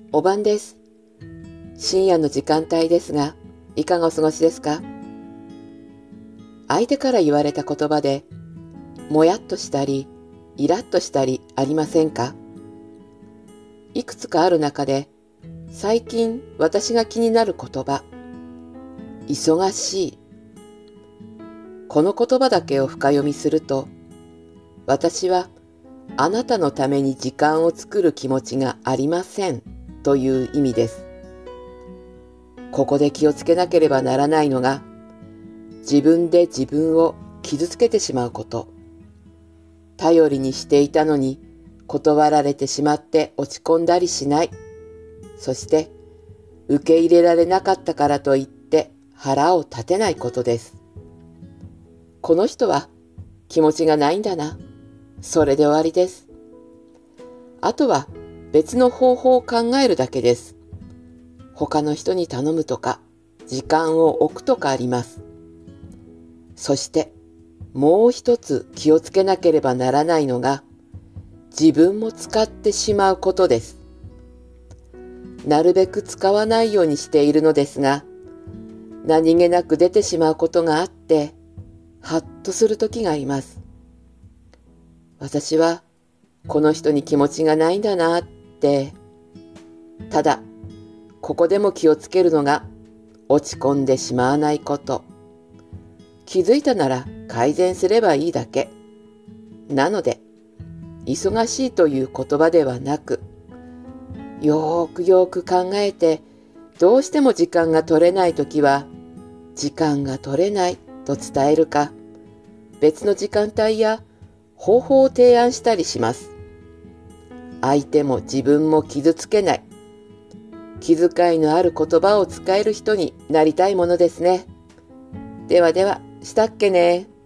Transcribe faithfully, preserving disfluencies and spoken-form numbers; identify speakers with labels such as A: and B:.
A: お晩です。深夜の時間帯ですが、いかがお過ごしですか？相手から言われた言葉で、もやっとしたり、イラッとしたりありませんか？いくつかある中で、最近私が気になる言葉、忙しい。この言葉だけを深読みすると、私はあなたのために時間を作る気持ちがありませんという意味です。ここで気をつけなければならないのが、自分で自分を傷つけてしまうこと。頼りにしていたのに断られてしまって落ち込んだりしない。そして受け入れられなかったからといって腹を立てないことです。この人は気持ちがないんだな。それで終わりです。あとは別の方法を考えるだけです。他の人に頼むとか、時間を置くとかあります。そしてもう一つ気をつけなければならないのが、自分も使ってしまうことです。なるべく使わないようにしているのですが、何気なく出てしまうことがあって、ハッとする時があります。私はこの人に気持ちがないんだなって。ただ、ここでも気をつけるのが落ち込んでしまわないこと。気づいたなら改善すればいいだけ。なので、忙しいという言葉ではなく、よーくよーく考えて、どうしても時間が取れないときは、時間が取れないと伝えるか、別の時間帯や方法を提案したりします。相手も自分も傷つけない。気遣いのある言葉を使える人になりたいものですね。ではでは、したっけね。